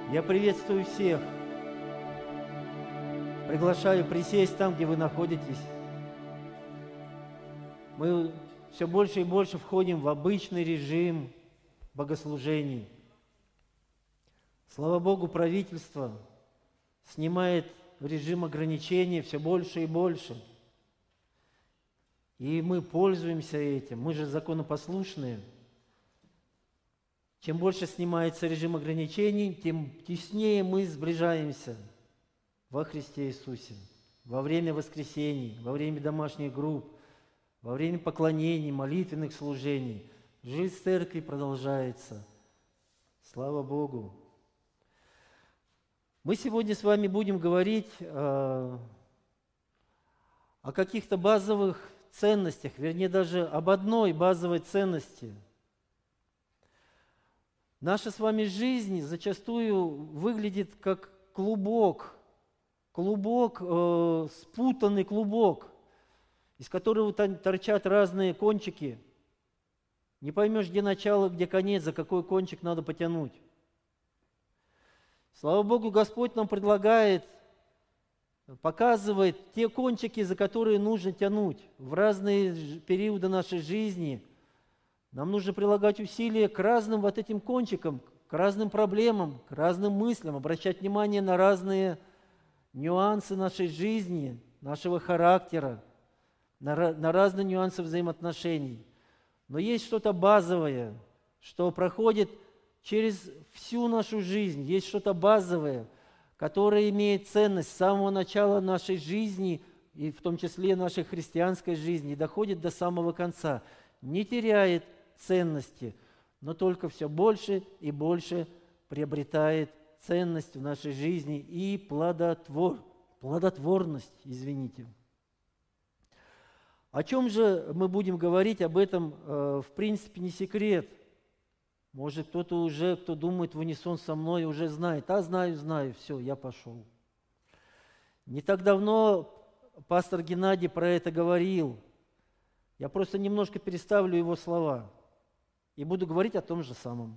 Я приветствую всех. Приглашаю присесть там, где вы находитесь. Мы все больше и больше входим в обычный режим богослужений. Слава Богу, правительство снимает режим ограничений все больше и больше. И мы пользуемся этим. Мы же законопослушные. Чем больше снимается режим ограничений, тем теснее мы сближаемся во Христе Иисусе. Во время воскресений, во время домашних групп, во время поклонений, молитвенных служений. Жизнь церкви продолжается. Слава Богу. Мы сегодня с вами будем говорить о каких-то базовых ценностях, вернее, даже об одной базовой ценности. Наша с вами жизнь зачастую выглядит как клубок, спутанный клубок, из которого торчат разные кончики. Не поймешь, где начало, где конец, за какой кончик надо потянуть. Слава Богу, Господь нам предлагает, показывает те кончики, за которые нужно тянуть. В разные периоды нашей жизни нам нужно прилагать усилия к разным вот этим кончикам, к разным проблемам, к разным мыслям, обращать внимание на разные нюансы нашей жизни, нашего характера, на разные нюансы взаимоотношений. Но есть что-то базовое, что проходит через всю нашу жизнь. Есть что-то базовое, которое имеет ценность с самого начала нашей жизни, и в том числе нашей христианской жизни, и доходит до самого конца. Не теряет ценности, но только все больше и больше приобретает ценность в нашей жизни и плодотворность, извините. О чем же мы будем говорить? Об этом, в принципе, не секрет. Может, кто-то уже, кто думает в унисон со мной, уже знает. А знаю, все, я пошел. Не так давно пастор Геннадий про это говорил. Я просто немножко переставлю его слова и буду говорить о том же самом.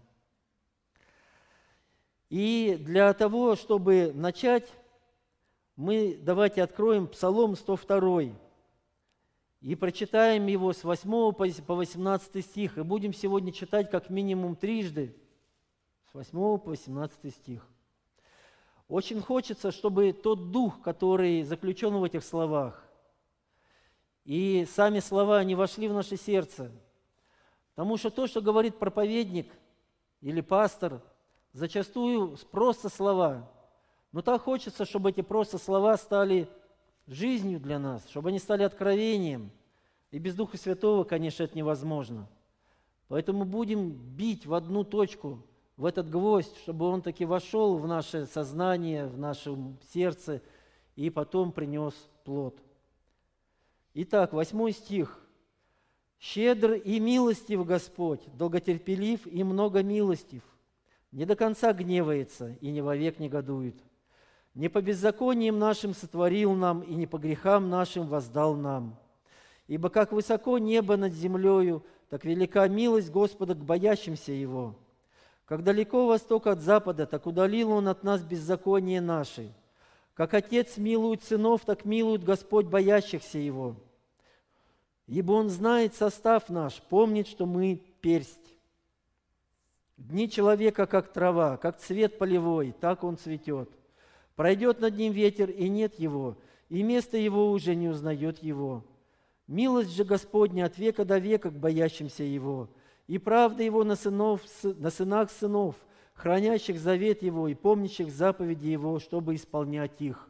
И для того, чтобы начать, мы давайте откроем Псалом 102 и прочитаем его с 8 по 18 стих. И будем сегодня читать как минимум трижды, с 8 по 18 стих. Очень хочется, чтобы тот дух, который заключен в этих словах, и сами слова, они вошли в наше сердце. Потому что то, что говорит проповедник или пастор, зачастую просто слова. Но так хочется, чтобы эти просто слова стали жизнью для нас, чтобы они стали откровением. И без Духа Святого, конечно, это невозможно. Поэтому будем бить в одну точку, в этот гвоздь, чтобы он таки вошел в наше сознание, в наше сердце и потом принес плод. Итак, 8 стих. «Щедр и милостив Господь, долготерпелив и многомилостив, не до конца гневается и не вовек негодует. Не по беззакониям нашим сотворил нам, и не по грехам нашим воздал нам. Ибо как высоко небо над землею, так велика милость Господа к боящимся Его. Как далеко восток от запада, так удалил Он от нас беззаконие наши. Как Отец милует сынов, так милует Господь боящихся Его. Ибо Он знает состав наш, помнит, что мы персть. Дни человека, как трава, как цвет полевой, так он цветет. Пройдет над ним ветер, и нет его, и место его уже не узнает его. Милость же Господня от века до века к боящимся Его, и правда Его на сынах сынов, хранящих завет Его и помнящих заповеди Его, чтобы исполнять их».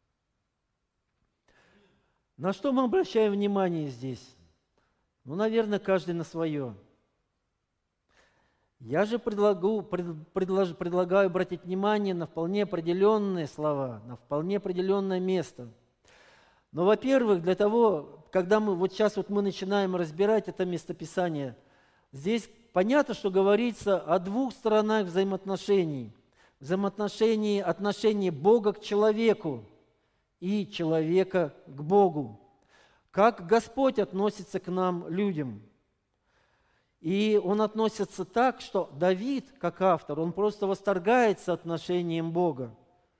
На что мы обращаем внимание здесь? Ну, наверное, каждый на свое. Я же предлагаю обратить внимание на вполне определенные слова, на вполне определенное место. Но, во-первых, для того, когда мы мы начинаем разбирать это местописание, здесь понятно, что говорится о двух сторонах взаимоотношений. Отношения Бога к человеку и человека к Богу. Как Господь относится к нам, людям. И он относится так, что Давид, как автор, он просто восторгается отношением Бога.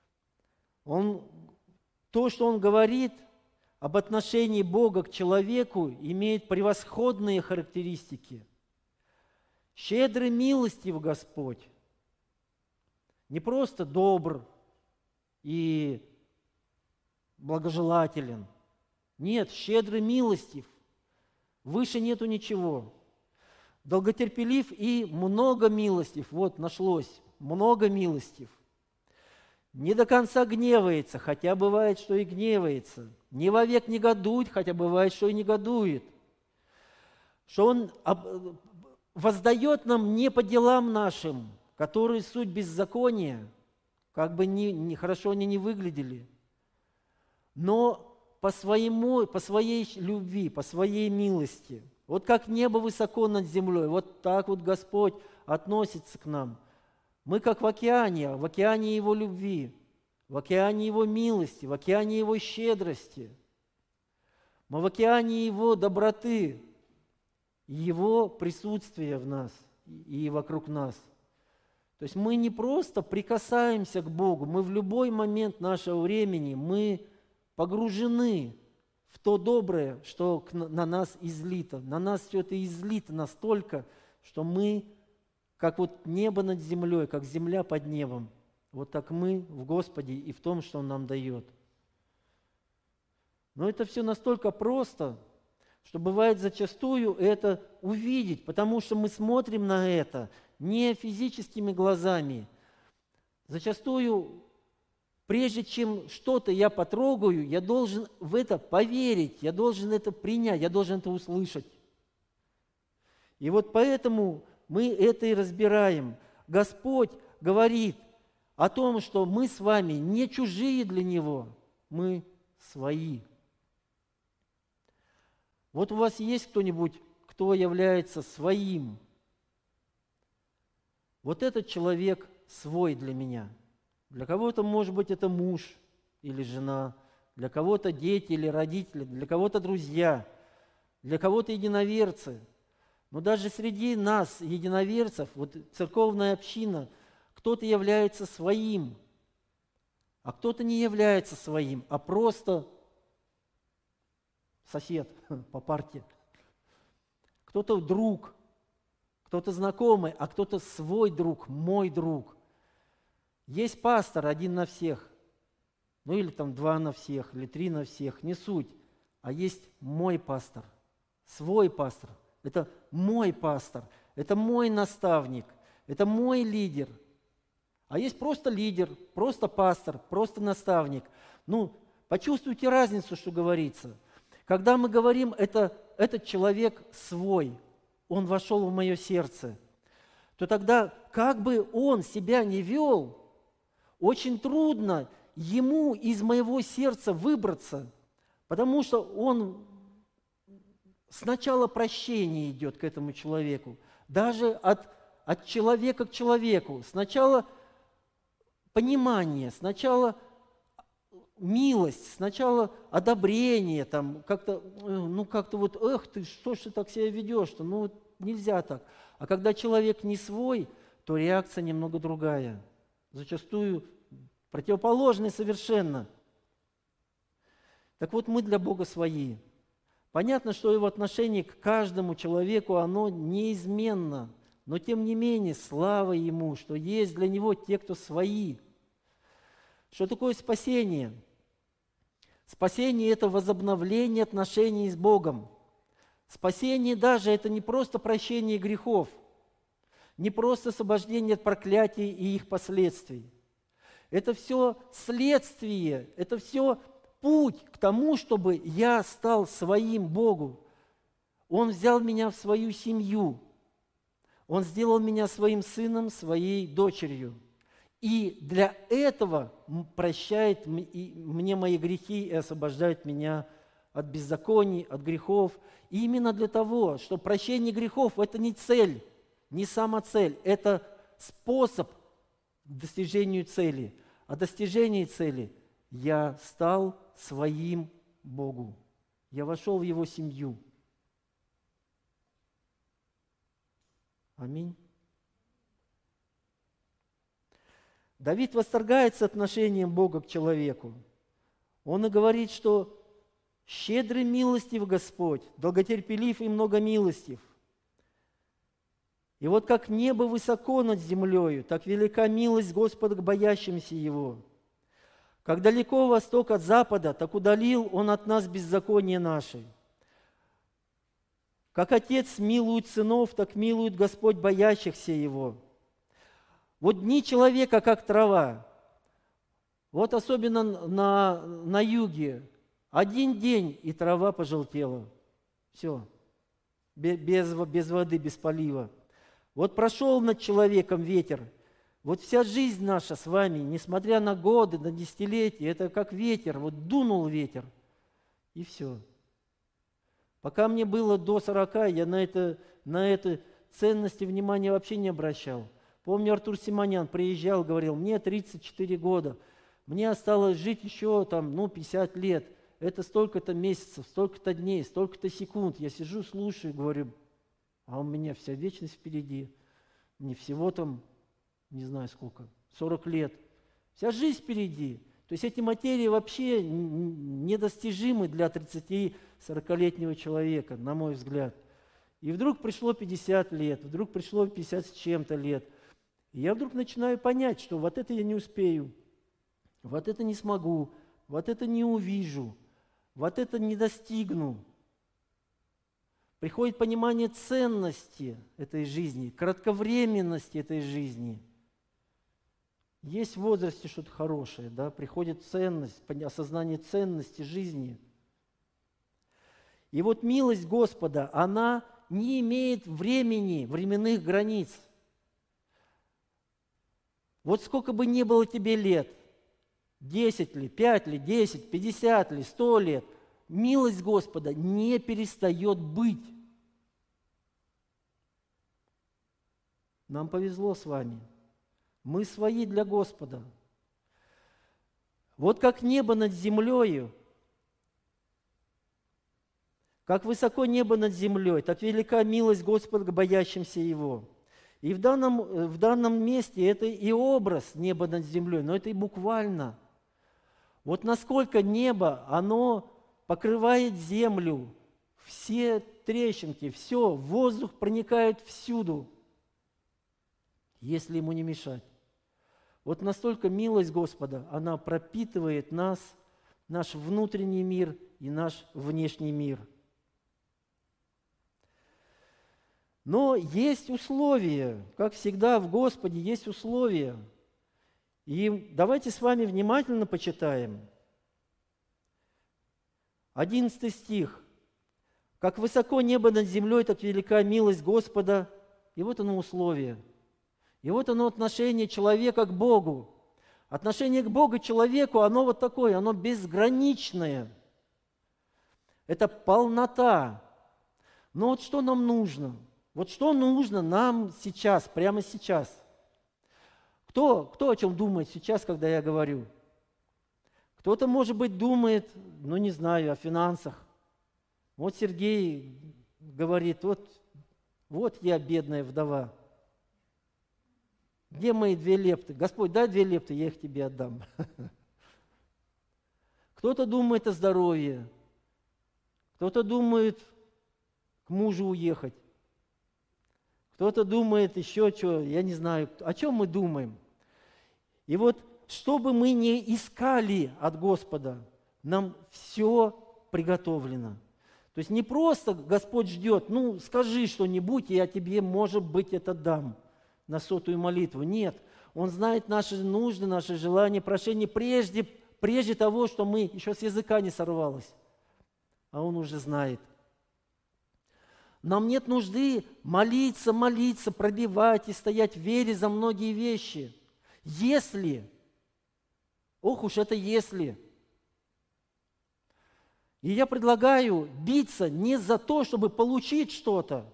То, что он говорит об отношении Бога к человеку, имеет превосходные характеристики. Щедрый, милостив Господь. Не просто добр и благожелателен. Нет, щедрый, милостив. Выше нету ничего. Долготерпелив и много милостив. Вот, нашлось. Много милостив. Не до конца гневается, хотя бывает, что и гневается. Не вовек негодует, хотя бывает, что и негодует. Что он воздает нам не по делам нашим, которые суть беззакония, как бы хорошо они не выглядели, но по своей любви, по своей милости. Вот как небо высоко над землей, вот так вот Господь относится к нам. Мы как в океане Его любви, в океане Его милости, в океане Его щедрости. Мы в океане Его доброты, Его присутствия в нас и вокруг нас. То есть мы не просто прикасаемся к Богу, мы в любой момент нашего времени, мы погружены в то доброе, что на нас излито. На нас все это излито настолько, что мы, как вот небо над землей, как земля под небом, вот так мы в Господе и в том, что Он нам дает. Но это все настолько просто, что бывает зачастую это увидеть, потому что мы смотрим на это не физическими глазами. Зачастую, прежде чем что-то я потрогаю, я должен в это поверить, я должен это принять, я должен это услышать. И вот поэтому мы это и разбираем. Господь говорит о том, что мы с вами не чужие для Него, мы свои. Вот у вас есть кто-нибудь, кто является своим? Вот этот человек свой для меня. Для кого-то, может быть, это муж или жена, для кого-то дети или родители, для кого-то друзья, для кого-то единоверцы. Но даже среди нас, единоверцев, вот церковная община, кто-то является своим, а кто-то не является своим, а просто сосед по парте. Кто-то друг, кто-то знакомый, а кто-то свой друг, мой друг. Есть пастор один на всех, ну или там 2 на всех, или 3 на всех, не суть. А есть мой пастор, свой пастор. Это мой пастор, это мой наставник, это мой лидер. А есть просто лидер, просто пастор, просто наставник. Ну, почувствуйте разницу, что говорится. Когда мы говорим, этот человек свой, он вошел в мое сердце, то тогда, как бы он себя не вел, очень трудно ему из моего сердца выбраться, потому что он сначала прощение идет к этому человеку, даже от человека к человеку. Сначала понимание, сначала милость, сначала одобрение, там как-то, вот, эх ты, что ж ты так себя ведешь-то, ну вот нельзя так. А когда человек не свой, то реакция немного другая, зачастую противоположная совершенно. Так вот, мы для Бога свои. Понятно, что его отношение к каждому человеку, оно неизменно, но тем не менее, слава Ему, что есть для Него те, кто свои. Что такое спасение? Спасение – это возобновление отношений с Богом. Спасение даже – это не просто прощение грехов, не просто освобождение от проклятий и их последствий. Это все следствие, это все путь к тому, чтобы я стал своим Богу. Он взял меня в свою семью, Он сделал меня своим сыном, своей дочерью. И для этого прощает мне мои грехи и освобождает меня от беззаконий, от грехов. И именно для того, что прощение грехов – это не цель, не сама цель, это способ к достижению цели. А достижение цели – я стал своим Богу. Я вошел в Его семью. Аминь. Давид восторгается отношением Бога к человеку. Он и говорит, что «щедрый милостив Господь, долготерпелив и многомилостив». И вот как небо высоко над землею, так велика милость Господа к боящимся Его. Как далеко восток от запада, так удалил Он от нас беззаконие наше. Как отец милует сынов, так милует Господь боящихся Его. Вот дни человека, как трава. Вот особенно на юге. Один день, и трава пожелтела. Все. Без воды, без полива. Вот прошел над человеком ветер. Вот вся жизнь наша с вами, несмотря на годы, на десятилетия, это как ветер. Вот дунул ветер, и все. Пока мне было до 40, я на это ценности внимания вообще не обращал. Помню, Артур Симонян приезжал, говорил, мне 34 года, мне осталось жить еще 50 лет. Это столько-то месяцев, столько-то дней, столько-то секунд. Я сижу, слушаю, говорю, а у меня вся вечность впереди. Мне всего не знаю сколько, 40 лет. Вся жизнь впереди. То есть эти материи вообще недостижимы для 30-40-летнего человека, на мой взгляд. И вдруг пришло 50 лет, вдруг пришло 50 с чем-то лет. И я вдруг начинаю понять, что вот это я не успею, вот это не смогу, вот это не увижу, вот это не достигну. Приходит понимание ценности этой жизни, кратковременности этой жизни. Есть в возрасте что-то хорошее, да? Приходит ценность, осознание ценности жизни. И вот милость Господа, она не имеет времени, временных границ. Вот сколько бы ни было тебе лет, 10 ли, 5 ли, 10, 50 ли, 100 лет, милость Господа не перестает быть. Нам повезло с вами. Мы свои для Господа. Вот как небо над землею, как высоко небо над землей, так велика милость Господа к боящимся Его. И в данном месте это и образ неба над землей, но это и буквально. Вот насколько небо, оно покрывает землю, все трещинки, все, воздух проникает всюду, если ему не мешать. Вот настолько милость Господа, она пропитывает нас, наш внутренний мир и наш внешний мир. Но есть условия, как всегда в Господе есть условия. И давайте с вами внимательно почитаем. 11 стих. «Как высоко небо над землей, так велика милость Господа». И вот оно условие. И вот оно отношение человека к Богу. Отношение к Богу, к человеку, оно вот такое, оно безграничное. Это полнота. Но вот что нам нужно? Вот что нужно нам сейчас, прямо сейчас? Кто о чем думает сейчас, когда я говорю? Кто-то, может быть, думает, не знаю, о финансах. Вот Сергей говорит, вот я бедная вдова. Где мои 2 лепты? Господь, дай 2 лепты, я их тебе отдам. Кто-то думает о здоровье. Кто-то думает к мужу уехать. Кто-то думает еще что, я не знаю, о чем мы думаем. И вот, что бы мы ни искали от Господа, нам все приготовлено. То есть не просто Господь ждет, скажи что-нибудь, и я тебе, может быть, это дам на 100-ю молитву. Нет, Он знает наши нужды, наши желания, прошения прежде того, что мы еще с языка не сорвалось. А Он уже знает. Нам нет нужды молиться, пробивать и стоять в вере за многие вещи. Если, ох уж это если. И я предлагаю биться не за то, чтобы получить что-то,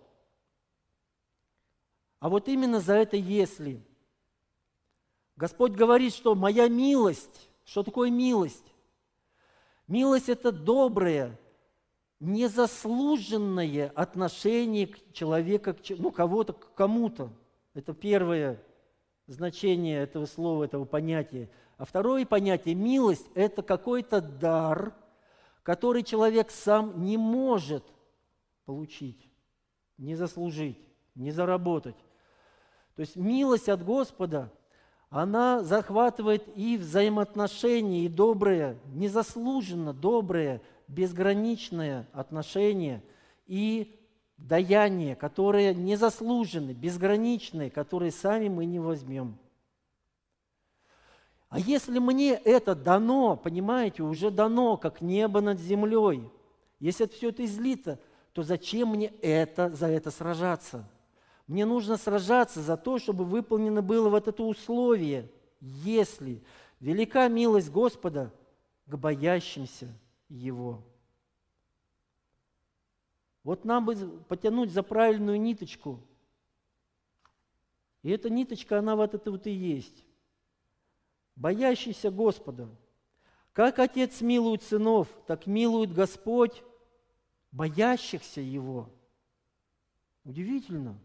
а вот именно за это если. Господь говорит, что моя милость, что такое милость? Милость – это доброе, незаслуженное отношение к человека, кого-то к кому-то. Это первое значение этого слова, этого понятия. А второе понятие – милость – это какой-то дар, который человек сам не может получить, не заслужить, не заработать. То есть милость от Господа, она захватывает и взаимоотношения, и доброе, незаслуженно доброе, безграничное отношение, и даяние, которые незаслуженны, безграничные, которые сами мы не возьмем. А если мне это дано, понимаете, уже дано, как небо над землей, если все это излито, то зачем мне за это сражаться? Мне нужно сражаться за то, чтобы выполнено было вот это условие, если велика милость Господа к боящимся Его. Вот нам бы потянуть за правильную ниточку. И эта ниточка, она вот это вот и есть. Боящийся Господа. Как Отец милует сынов, так милует Господь боящихся Его. Удивительно.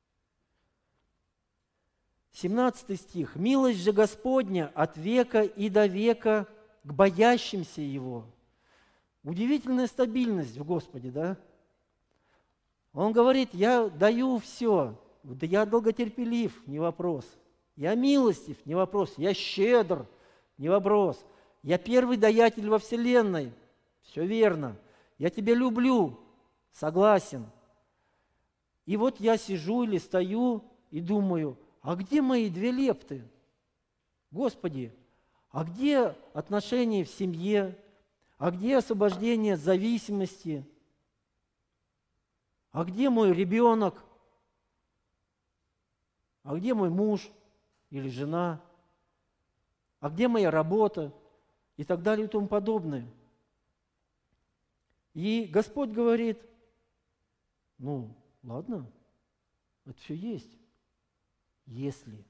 17 стих. «Милость же Господня от века и до века к боящимся Его». Удивительная стабильность в Господе, да? Он говорит, я даю все, да я долготерпелив, не вопрос. Я милостив, не вопрос. Я щедр, не вопрос. Я первый даятель во вселенной, все верно. Я тебя люблю, согласен. И вот я сижу или стою и думаю, а где мои 2 лепты? Господи, а где отношения в семье? А где освобождение от зависимости? А где мой ребенок? А где мой муж или жена? А где моя работа? И так далее и тому подобное. И Господь говорит, ладно, это все есть, если.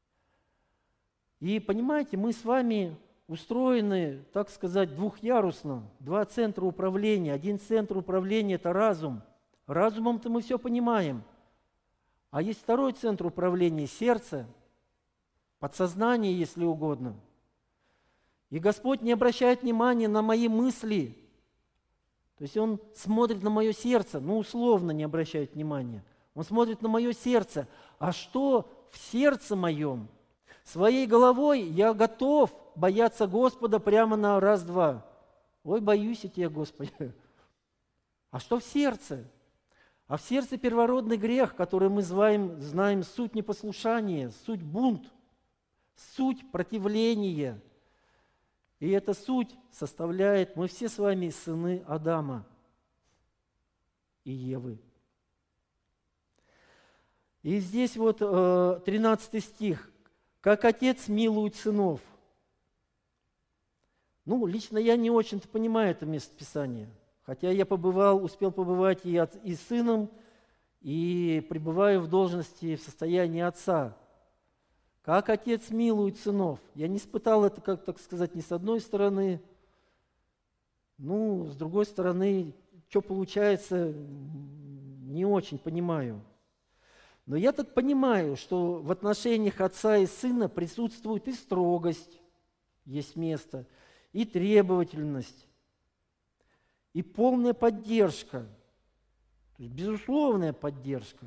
И понимаете, мы с вами устроены, так сказать, двухъярусно, 2 центра управления. Один центр управления – это разум. Разумом-то мы все понимаем. А есть второй центр управления – сердце, подсознание, если угодно. И Господь не обращает внимания на мои мысли. То есть Он смотрит на мое сердце, условно не обращает внимания. Он смотрит на мое сердце. А что в сердце моем? Своей головой я готов бояться Господа прямо на раз-два. Ой, боюсь я Тебя, Господи. А что в сердце? А в сердце первородный грех, который мы знаем суть непослушания, суть бунт, суть противления. И эта суть составляет, мы все с вами сыны Адама и Евы. И здесь вот 13 стих. «Как отец милует сынов». Лично я не очень-то понимаю это местописание. Хотя я успел побывать и сыном, и пребываю в должности, в состоянии отца. Как отец милует сынов. Я не испытал это, как так сказать, ни с одной стороны. С другой стороны, что получается, не очень понимаю. Но я так понимаю, что в отношениях отца и сына присутствует и строгость, есть место, и требовательность, и полная поддержка, то есть безусловная поддержка.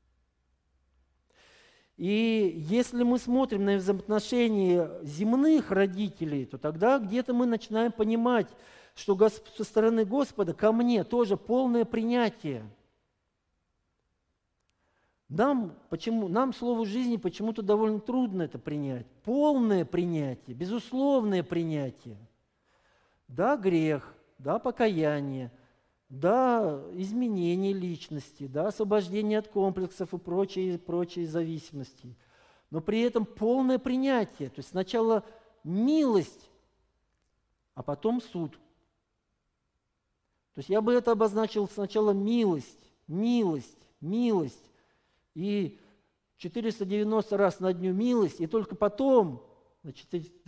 И если мы смотрим на взаимоотношения земных родителей, то тогда где-то мы начинаем понимать, что со стороны Господа ко мне тоже полное принятие. Нам, Слову жизни, почему-то довольно трудно это принять. Полное принятие, безусловное принятие. Да, грех, да, покаяние, да, изменение личности, да, освобождение от комплексов и прочие зависимости. Но при этом полное принятие. То есть сначала милость, а потом суд. То есть я бы это обозначил сначала милость, и 490 раз на дню милость, и только потом на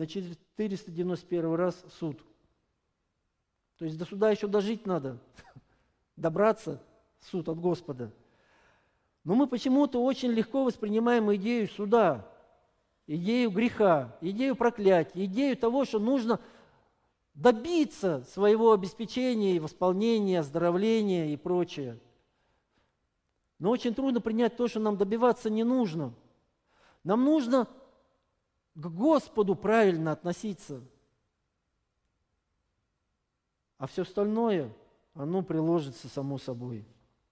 491 раз суд. То есть до суда еще дожить надо. добраться, суд от Господа. Но мы почему-то очень легко воспринимаем идею суда, идею греха, идею проклятия, идею того, что нужно добиться своего обеспечения и восполнения, оздоровления и прочее. Но очень трудно принять то, что нам добиваться не нужно. Нам нужно к Господу правильно относиться. А все остальное, оно приложится само собой.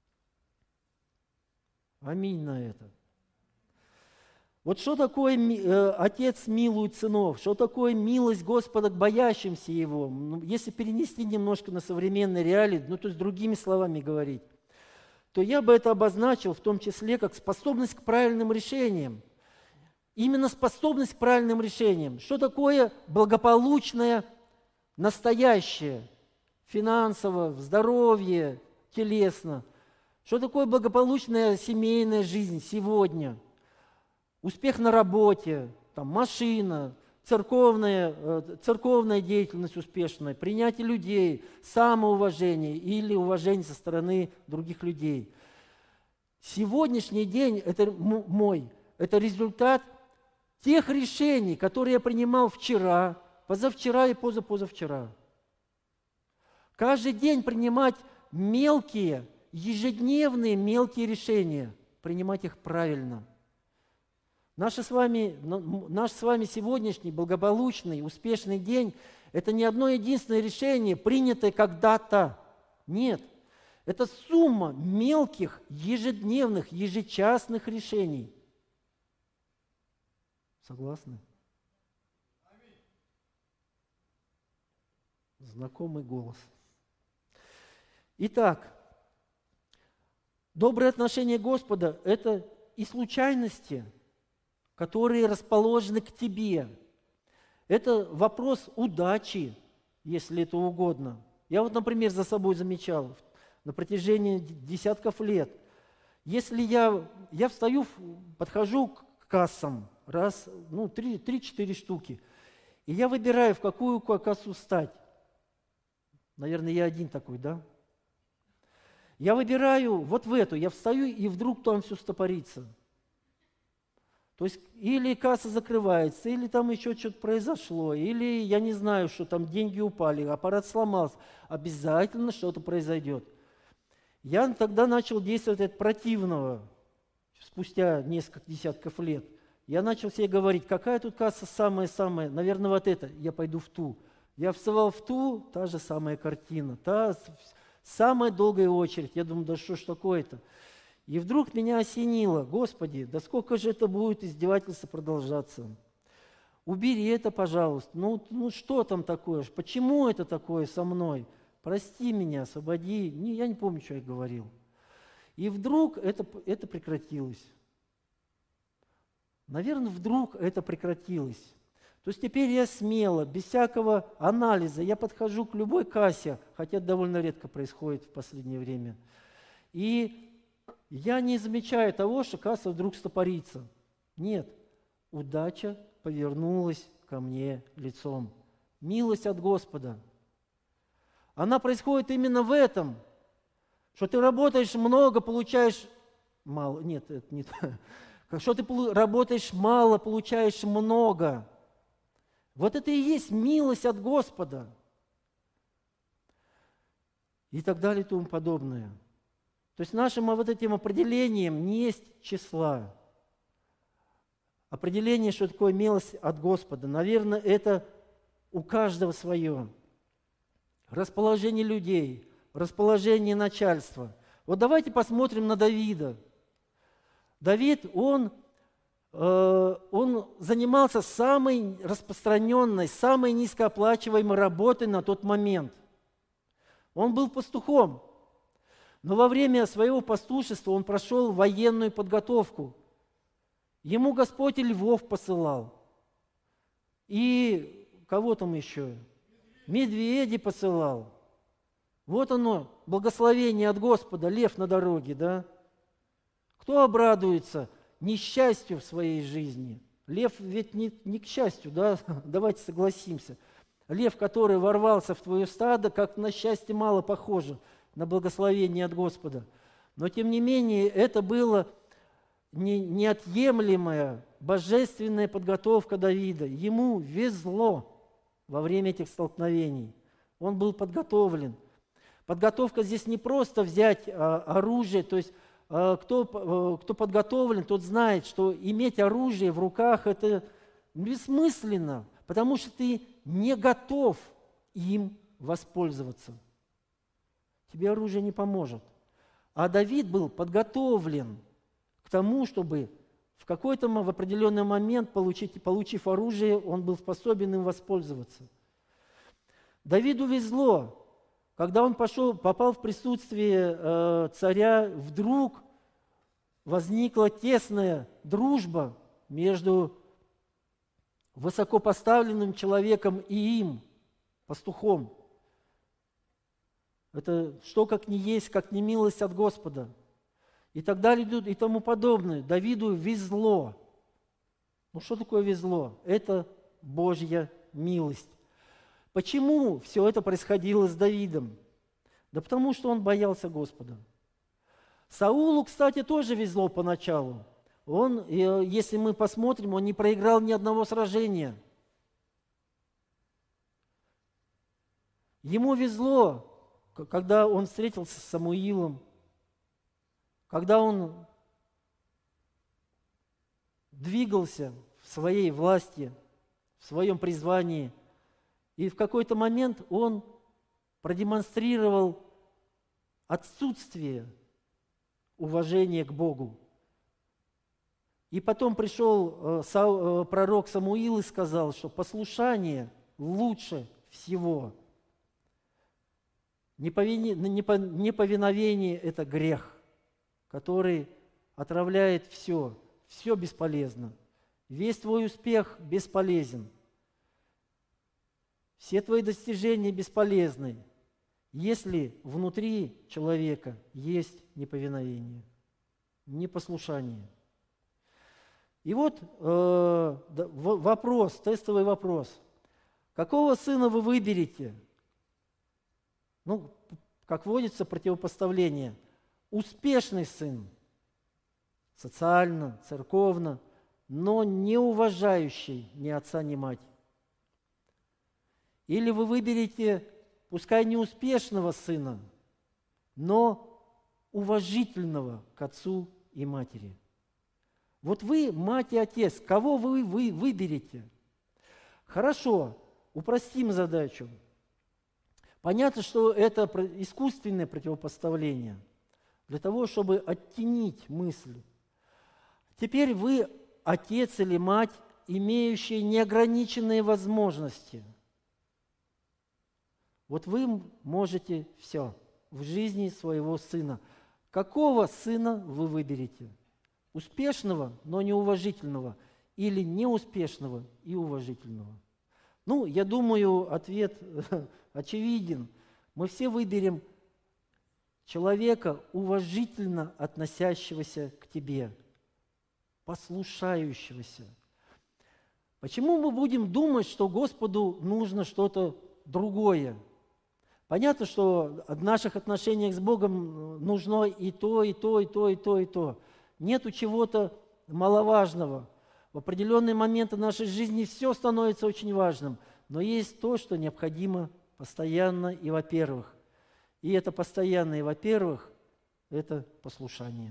Аминь на это. Вот что такое Отец милует сынов? Что такое милость Господа к боящимся Его? Если перенести немножко на современные реалии, то есть другими словами говорить, то я бы это обозначил в том числе как способность к правильным решениям. Именно способность к правильным решениям. Что такое благополучное настоящее? Финансово, в здоровье, телесно. Что такое благополучная семейная жизнь сегодня? Успех на работе, там, машина, церковная деятельность успешная, принятие людей, самоуважение или уважение со стороны других людей. Сегодняшний день это это результат тех решений, которые я принимал вчера, позавчера и позапозавчера. Каждый день принимать мелкие, ежедневные мелкие решения, принимать их правильно. Наш с вами сегодняшний благополучный, успешный день – это не одно единственное решение, принятое когда-то. Нет, это сумма мелких, ежедневных, ежечасных решений. Согласны? Знакомый голос. Итак, доброе отношение Господа – это и случайности, которые расположены к тебе. Это вопрос удачи, если это угодно. Я вот, например, за собой замечал на протяжении десятков лет. Если я встаю, подхожу к кассам, 3-4 штуки, и я выбираю, в какую кассу встать. Наверное, я один такой, да? Я выбираю вот в эту, я встаю, и вдруг там все стопорится. То есть или касса закрывается, или там еще что-то произошло, или я не знаю, что там деньги упали, аппарат сломался. Обязательно что-то произойдет. Я тогда начал действовать от противного, спустя несколько десятков лет. Я начал себе говорить, какая тут касса самая-самая, наверное, вот эта, я пойду в ту. Я вставал в ту, та же самая картина, самая долгая очередь. Я думаю, да что ж такое-то? И вдруг меня осенило, Господи, да сколько же это будет издевательство продолжаться? Убери это, пожалуйста. Ну что там такое? Почему это такое со мной? Прости меня, освободи. Я не помню, что я говорил. И вдруг это прекратилось. Наверное, вдруг это прекратилось. То есть теперь я смело, без всякого анализа, я подхожу к любой кассе, хотя это довольно редко происходит в последнее время. И я не замечаю того, что касса вдруг стопорится. Нет, удача повернулась ко мне лицом. Милость от Господа. Она происходит именно в этом, что ты работаешь много, получаешь мало. Нет, это не так. Что ты работаешь мало, получаешь много. Вот это и есть милость от Господа. И так далее и тому подобное. То есть нашим вот этим определением не есть числа. Определение, что такое милость от Господа, наверное, это у каждого свое. Расположение людей, расположение начальства. Вот давайте посмотрим на Давида. Давид, он занимался самой распространенной, самой низкооплачиваемой работой на тот момент. Он был пастухом, но во время своего пастушества он прошел военную подготовку. Ему Господь и львов посылал. И кого там еще? Медведей посылал. Вот оно, благословение от Господа, лев на дороге, да? Кто обрадуется несчастью в своей жизни? Лев ведь не к счастью, да? Давайте согласимся. Лев, который ворвался в твое стадо, как на счастье мало похоже. на благословение от Господа. Но тем не менее это была неотъемлемая божественная подготовка Давида. Ему везло во время этих столкновений. Он был подготовлен. Подготовка здесь не просто взять оружие, то есть кто подготовлен, тот знает, что иметь оружие в руках – это бессмысленно, потому что ты не готов им воспользоваться. Тебе оружие не поможет. А Давид был подготовлен к тому, чтобы в определенный момент, получив оружие, он был способен им воспользоваться. Давиду везло. Когда он попал в присутствие царя, вдруг возникла тесная дружба между высокопоставленным человеком и им, пастухом. Это что как не есть, как не милость от Господа. И так далее, и тому подобное. Давиду везло. Ну что такое везло? Это Божья милость. Почему все это происходило с Давидом? Да потому что он боялся Господа. Саулу, кстати, тоже везло поначалу. Если мы посмотрим, он не проиграл ни одного сражения. Ему везло, когда он встретился с Самуилом, когда он двигался в своей власти, в своем призвании, и в какой-то момент он продемонстрировал отсутствие уважения к Богу. И потом пришел пророк Самуил и сказал, что послушание лучше всего. Неповиновение – это грех, который отравляет все. Все бесполезно. Весь твой успех бесполезен. Все твои достижения бесполезны, если внутри человека есть неповиновение, непослушание. И вот вопрос, тестовый вопрос. Какого сына вы выберете? Ну, как водится, противопоставление. Успешный сын, социально, церковно, но не уважающий ни отца, ни мать. Или вы выберете, пускай не успешного сына, но уважительного к отцу и матери. Вот вы, мать и отец, кого вы выберете? Хорошо, упростим задачу. Понятно, что это искусственное противопоставление, для того, чтобы оттенить мысль. Теперь вы, отец или мать, имеющие неограниченные возможности. Вот вы можете все в жизни своего сына. Какого сына вы выберете? Успешного, но неуважительного, или неуспешного и уважительного? Ну, я думаю, ответ очевиден. Мы все выберем человека, уважительно относящегося к тебе, послушающегося. Почему мы будем думать, что Господу нужно что-то другое? Понятно, что в наших отношениях с Богом нужно и то, и то, и то, и то, и то. Нету чего-то маловажного. В определенные моменты нашей жизни все становится очень важным, но есть то, что необходимо постоянно и во-первых. И это постоянно и во-первых, это послушание.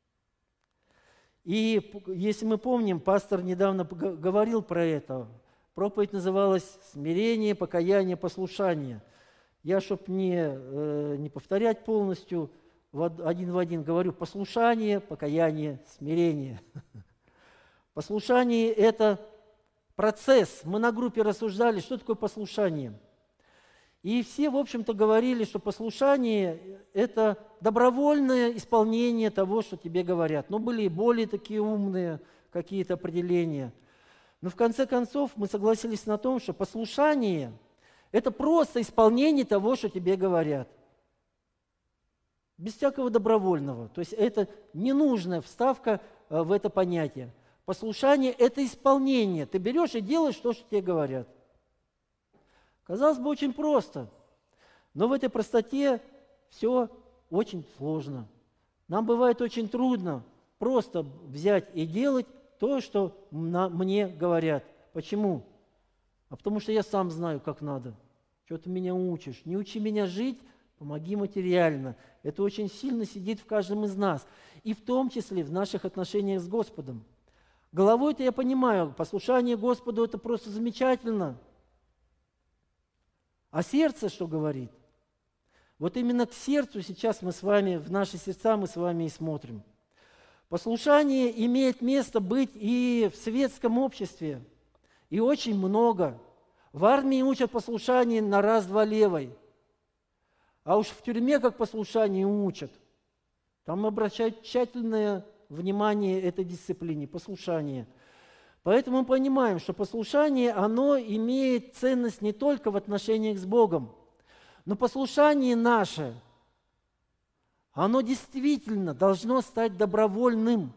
И если мы помним, пастор недавно говорил про это. Проповедь называлась «Смирение, покаяние, послушание». Я, чтобы не повторять полностью, один в один говорю послушание, покаяние, смирение. Послушание – это процесс. Мы на группе рассуждали, что такое послушание. И все, в общем-то, говорили, что послушание – это добровольное исполнение того, что тебе говорят. Но были и более такие умные какие-то определения. Но в конце концов мы согласились на том, что послушание – это просто исполнение того, что тебе говорят. Без всякого добровольного. То есть это ненужная вставка в это понятие. Послушание – это исполнение. Ты берешь и делаешь то, что тебе говорят. Казалось бы, очень просто. Но в этой простоте все очень сложно. Нам бывает очень трудно просто взять и делать то, что мне говорят. Почему? А потому что я сам знаю, как надо. Что ты меня учишь? Не учи меня жить, помоги материально. Это очень сильно сидит в каждом из нас. И в том числе в наших отношениях с Господом. Головой-то я понимаю, послушание Господу – это просто замечательно. А сердце что говорит? Вот именно к сердцу сейчас мы с вами, в наши сердца мы с вами и смотрим. Послушание имеет место быть и в светском обществе, и очень много. В армии учат послушание на раз-два левой, а уж в тюрьме как послушание учат. Там обращают тщательное внимание этой дисциплине, послушание. Поэтому мы понимаем, что послушание, оно имеет ценность не только в отношениях с Богом, но послушание наше, оно действительно должно стать добровольным.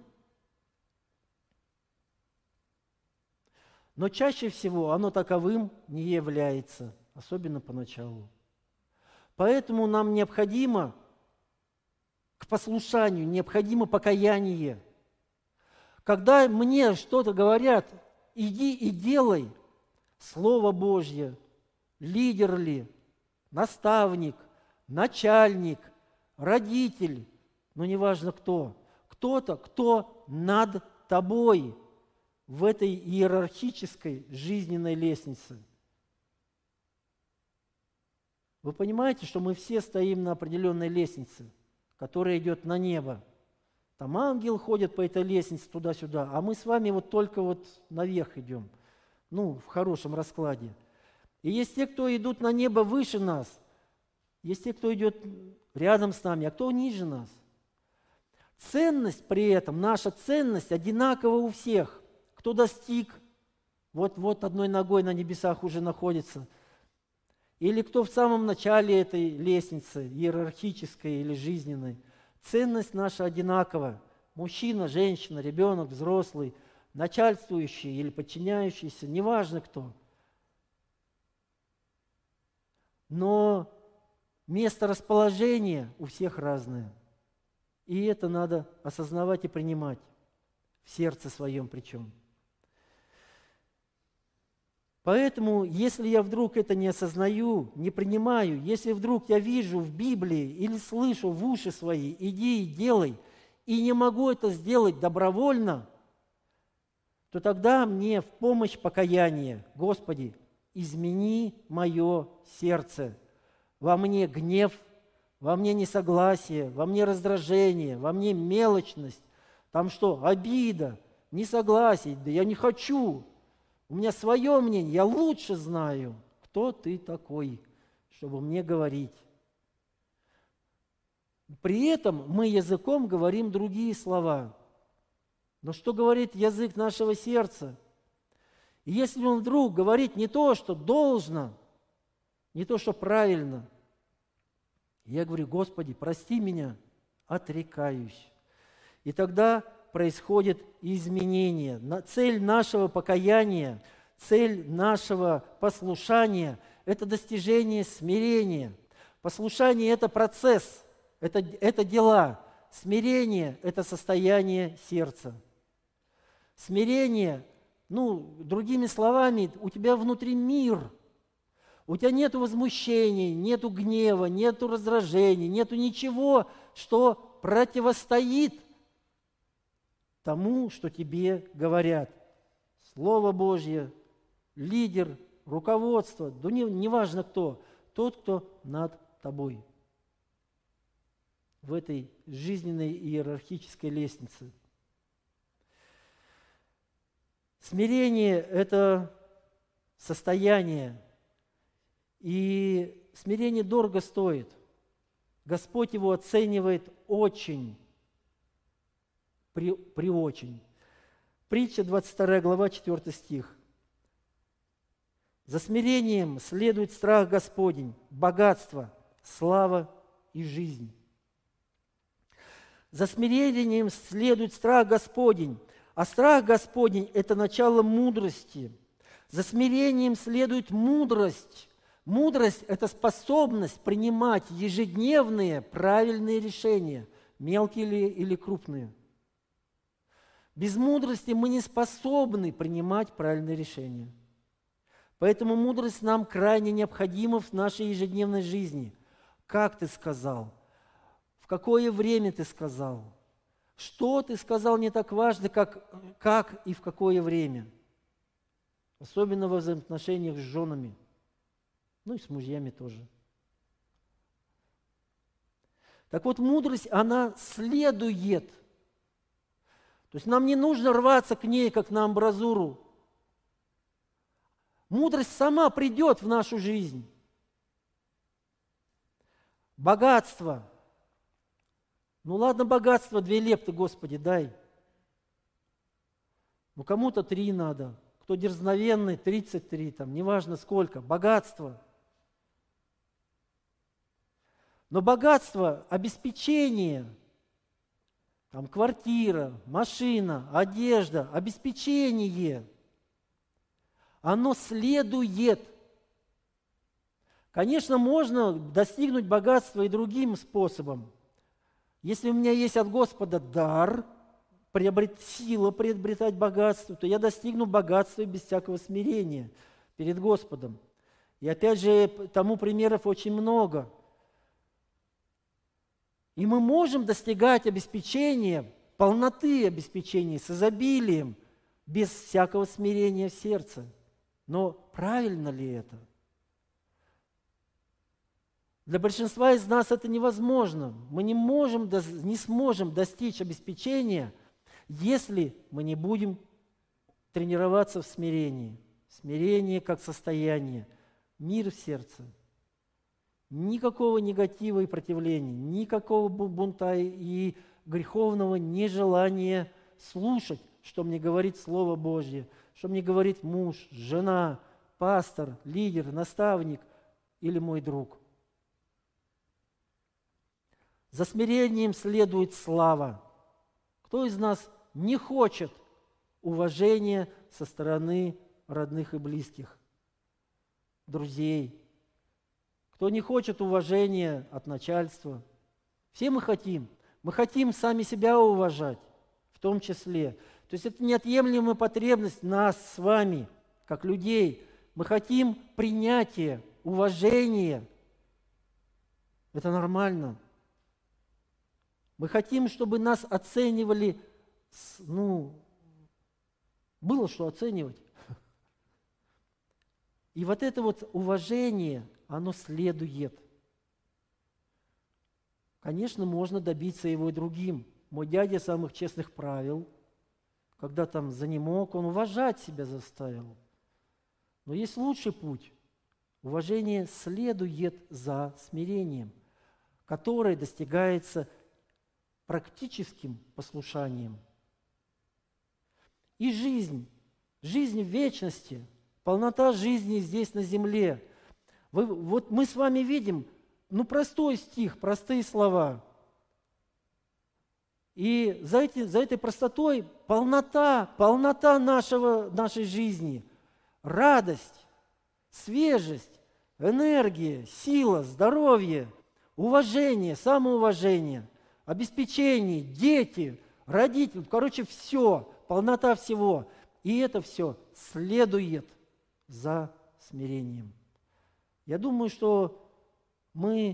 Но чаще всего оно таковым не является, особенно поначалу. Поэтому нам необходимо к послушанию, необходимо покаяние. Когда мне что-то говорят, иди и делай, Слово Божье, лидер ли, наставник, начальник, родитель, но неважно кто, кто-то, кто над тобой в этой иерархической жизненной лестнице. Вы понимаете, что мы все стоим на определенной лестнице, которая идет на небо. Там ангел ходит по этой лестнице туда-сюда, а мы с вами вот только вот наверх идем, в хорошем раскладе. И есть те, кто идут на небо выше нас, есть те, кто идет рядом с нами, а кто ниже нас. Ценность при этом, наша ценность одинакова у всех. Кто достиг, вот одной ногой на небесах уже находится. Или кто в самом начале этой лестницы, иерархической или жизненной. Ценность наша одинакова. Мужчина, женщина, ребенок, взрослый, начальствующий или подчиняющийся, неважно кто. Но место расположения у всех разное. И это надо осознавать и принимать. В сердце своем причем. Поэтому, если я вдруг это не осознаю, не принимаю, если вдруг я вижу в Библии или слышу в уши свои, иди и делай, и не могу это сделать добровольно, то тогда мне в помощь покаяние. Господи, измени мое сердце. Во мне гнев, во мне несогласие, во мне раздражение, во мне мелочность. Там что, обида, несогласие, да я не хочу. У меня свое мнение, я лучше знаю, кто ты такой, чтобы мне говорить. При этом мы языком говорим другие слова. Но что говорит язык нашего сердца? И если он вдруг говорит не то, что должно, не то, что правильно, я говорю: Господи, прости меня, отрекаюсь. И тогда происходит изменение. Цель нашего покаяния, цель нашего послушания – это достижение смирения. Послушание – это процесс, это дела. Смирение – это состояние сердца. Смирение, другими словами, у тебя внутри мир. У тебя нет возмущений, нет гнева, нет раздражений, нет ничего, что противостоит тому, что тебе говорят. Слово Божье, лидер, руководство, неважно кто, тот, кто над тобой в этой жизненной иерархической лестнице. Смирение – это состояние, и смирение дорого стоит. Господь его оценивает очень, очень. Притча 22 глава, 4 стих. «За смирением следует страх Господень, богатство, слава и жизнь». За смирением следует страх Господень, а страх Господень – это начало мудрости. За смирением следует мудрость. Мудрость – это способность принимать ежедневные правильные решения, мелкие или крупные. Без мудрости мы не способны принимать правильные решения. Поэтому мудрость нам крайне необходима в нашей ежедневной жизни. Как ты сказал? В какое время ты сказал? Что ты сказал не так важно, как и в какое время. Особенно во взаимоотношениях с женами. Ну и с мужьями тоже. Так вот, мудрость, она следует. То есть нам не нужно рваться к ней, как на амбразуру. Мудрость сама придет в нашу жизнь. Богатство. Ну ладно, богатство, 2 лепты, Господи, дай. Ну кому-то 3 надо. Кто дерзновенный, 33, там, неважно сколько. Богатство. Но богатство, обеспечение, там, квартира, машина, одежда, обеспечение, оно следует. Конечно, можно достигнуть богатства и другим способом. Если у меня есть от Господа дар, сила приобретать богатство, то я достигну богатства без всякого смирения перед Господом. И опять же, тому примеров очень много. И мы можем достигать обеспечения, полноты обеспечения с изобилием, без всякого смирения в сердце. Но правильно ли это? Для большинства из нас это невозможно. Мы не сможем достичь обеспечения, если мы не будем тренироваться в смирении. Смирение как состояние, мир в сердце. Никакого негатива и противления, никакого бунта и греховного нежелания слушать, что мне говорит Слово Божье, что мне говорит муж, жена, пастор, лидер, наставник или мой друг. За смирением следует слава. Кто из нас не хочет уважения со стороны родных и близких, друзей? Кто не хочет уважения от начальства? Все мы хотим. Мы хотим сами себя уважать, в том числе. То есть это неотъемлемая потребность нас с вами, как людей. Мы хотим принятия, уважения. Это нормально. Мы хотим, чтобы нас оценивали, было что оценивать. И вот это вот уважение, оно следует. Конечно, можно добиться его и другим. Мой дядя самых честных правил, когда там занемог, он уважать себя заставил. Но есть лучший путь. Уважение следует за смирением, которое достигается практическим послушанием. И жизнь в вечности, полнота жизни здесь на земле. Вот мы с вами видим, простой стих, простые слова. И за этой простотой полнота нашей жизни, радость, свежесть, энергия, сила, здоровье, уважение, самоуважение, обеспечение, дети, родители, все, полнота всего. И это все следует за смирением. Я думаю, что мы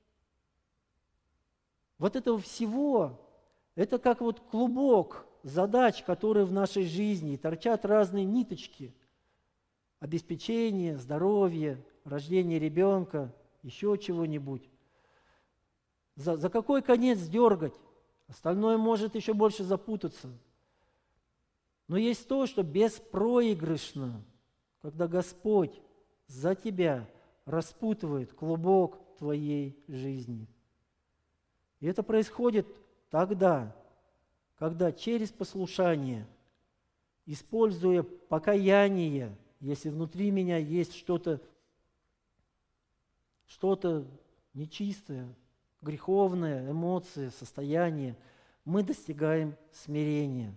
вот этого всего, это как вот клубок задач, которые в нашей жизни, торчат разные ниточки. Обеспечение, здоровье, рождение ребенка, еще чего-нибудь. За какой конец дергать? Остальное может еще больше запутаться. Но есть то, что беспроигрышно, когда Господь за тебя распутывает клубок твоей жизни. И это происходит тогда, когда через послушание, используя покаяние, если внутри меня есть что-то нечистое, греховное, эмоции, состояние, мы достигаем смирения.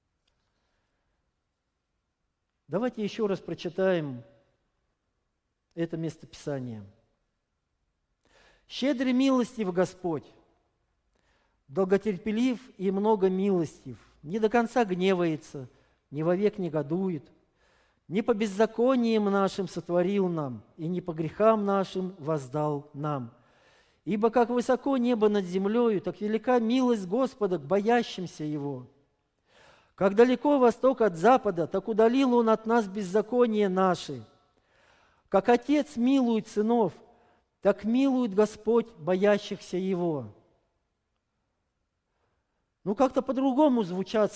Давайте еще раз прочитаем это местописание. «Щедрый милостив Господь, долготерпелив и много милостив, не до конца гневается, не вовек негодует, не по беззакониям нашим сотворил нам, и не по грехам нашим воздал нам. Ибо как высоко небо над землею, так велика милость Господа к боящимся Его. Как далеко восток от запада, так удалил Он от нас беззакония наши. Как Отец милует сынов, так милует Господь боящихся Его». Ну, как-то по-другому звучит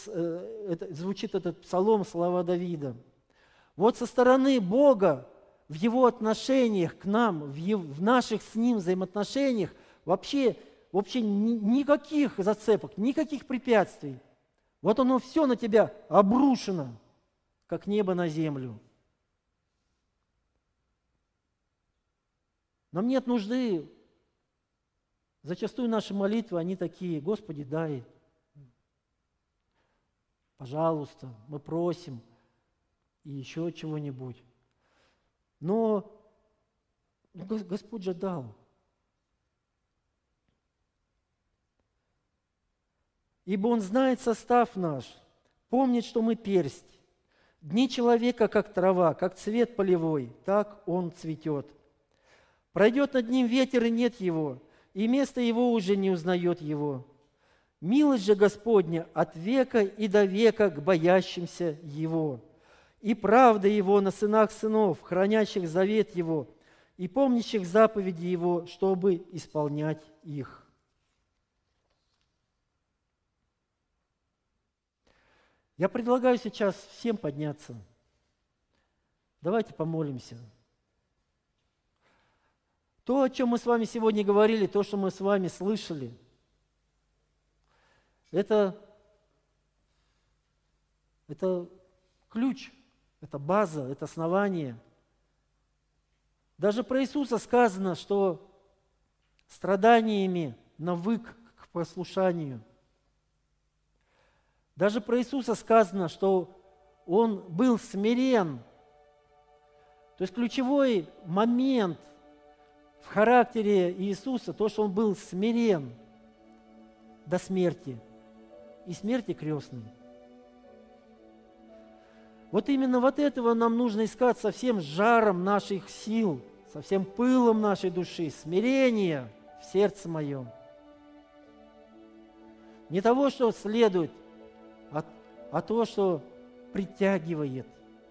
этот псалом, слова Давида. Вот со стороны Бога в Его отношениях к нам, в наших с Ним взаимоотношениях вообще никаких зацепок, никаких препятствий. Вот оно все на тебя обрушено, как небо на землю. Нам нет нужды. Зачастую наши молитвы, они такие: Господи, дай, пожалуйста, мы просим, и еще чего-нибудь. Но Господь же дал. Ибо Он знает состав наш, помнит, что мы персть. Дни человека, как трава, как цвет полевой, так он цветет. Пройдет над ним ветер, и нет его, и место его уже не узнает его. Милость же Господня от века и до века к боящимся Его, и правда Его на сынах сынов, хранящих завет Его, и помнящих заповеди Его, чтобы исполнять их. Я предлагаю сейчас всем подняться. Давайте помолимся. То, о чем мы с вами сегодня говорили, то, что мы с вами слышали, это ключ, это база, это основание. Даже про Иисуса сказано, что страданиями навык к послушанию. Даже про Иисуса сказано, что Он был смирен. То есть ключевой момент в характере Иисуса, то, что Он был смирен до смерти, и смерти крестной. Вот именно вот этого нам нужно искать со всем жаром наших сил, со всем пылом нашей души, смирение в сердце моем. Не того, что следует, а то, что притягивает.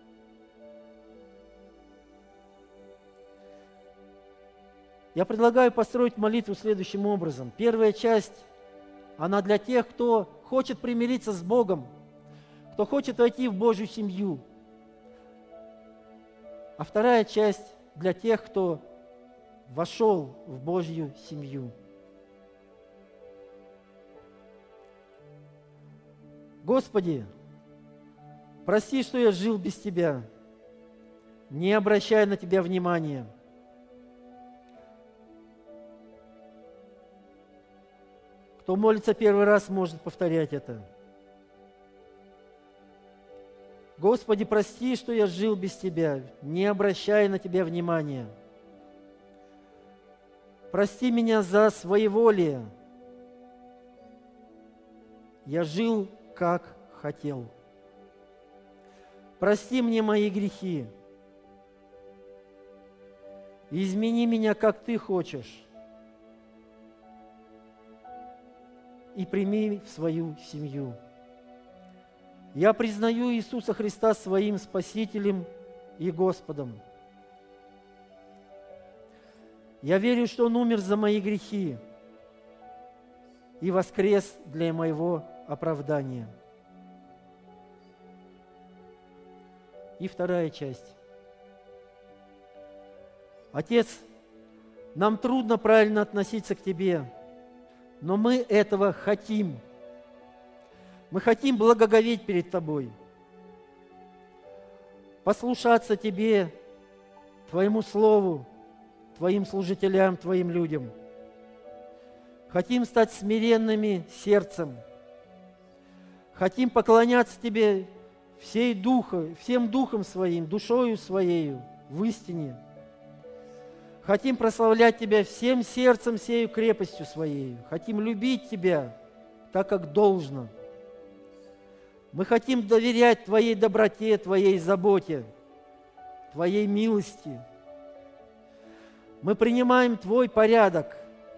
Я предлагаю построить молитву следующим образом. Первая часть, она для тех, кто хочет примириться с Богом, кто хочет войти в Божью семью. А вторая часть для тех, кто вошел в Божью семью. Господи, прости, что я жил без Тебя, не обращая на Тебя внимания. Кто молится первый раз, может повторять это. Господи, прости, что я жил без Тебя, не обращая на Тебя внимания. Прости меня за своеволие. Я жил, как хотел. Прости мне мои грехи. Измени меня, как Ты хочешь. И прими в свою семью. Я признаю Иисуса Христа своим Спасителем и Господом. Я верю, что Он умер за мои грехи и воскрес для моего оправдания. И вторая часть. Отец, нам трудно правильно относиться к Тебе, но мы этого хотим. Мы хотим благоговеть перед Тобой, послушаться Тебе, Твоему Слову, Твоим служителям, Твоим людям. Хотим стать смиренными сердцем. Хотим поклоняться Тебе всем духом своим, душою своею, в истине, Хотим прославлять Тебя всем сердцем, всею крепостью Своей. Хотим любить Тебя так, как должно. Мы хотим доверять Твоей доброте, Твоей заботе, Твоей милости. Мы принимаем Твой порядок,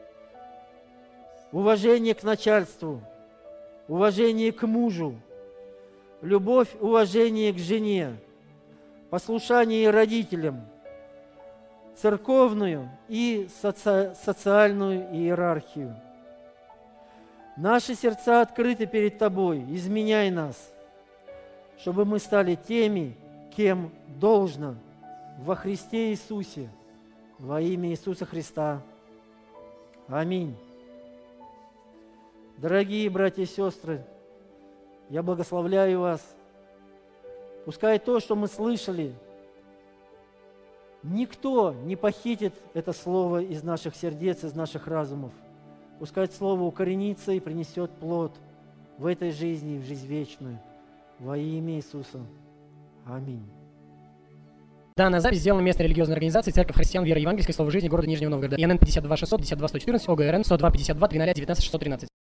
уважение к начальству, уважение к мужу, любовь, уважение к жене, послушание родителям, церковную и социальную иерархию. Наши сердца открыты перед Тобой, изменяй нас, чтобы мы стали теми, кем должно, во Христе Иисусе, во имя Иисуса Христа. Аминь. Дорогие братья и сестры, я благословляю вас. Пускай то, что мы слышали, никто не похитит это слово из наших сердец, из наших разумов. Пускай это слово укоренится и принесет плод в этой жизни и в жизнь вечную. Во имя Иисуса. Аминь. Данная запись сделана местной религиозной организацией Церковь Христиан Веры Евангельской Слова Жизни города Нижнего Новгорода. ИНН 52 600 52 114 ОГРН 102 52 13 19 613.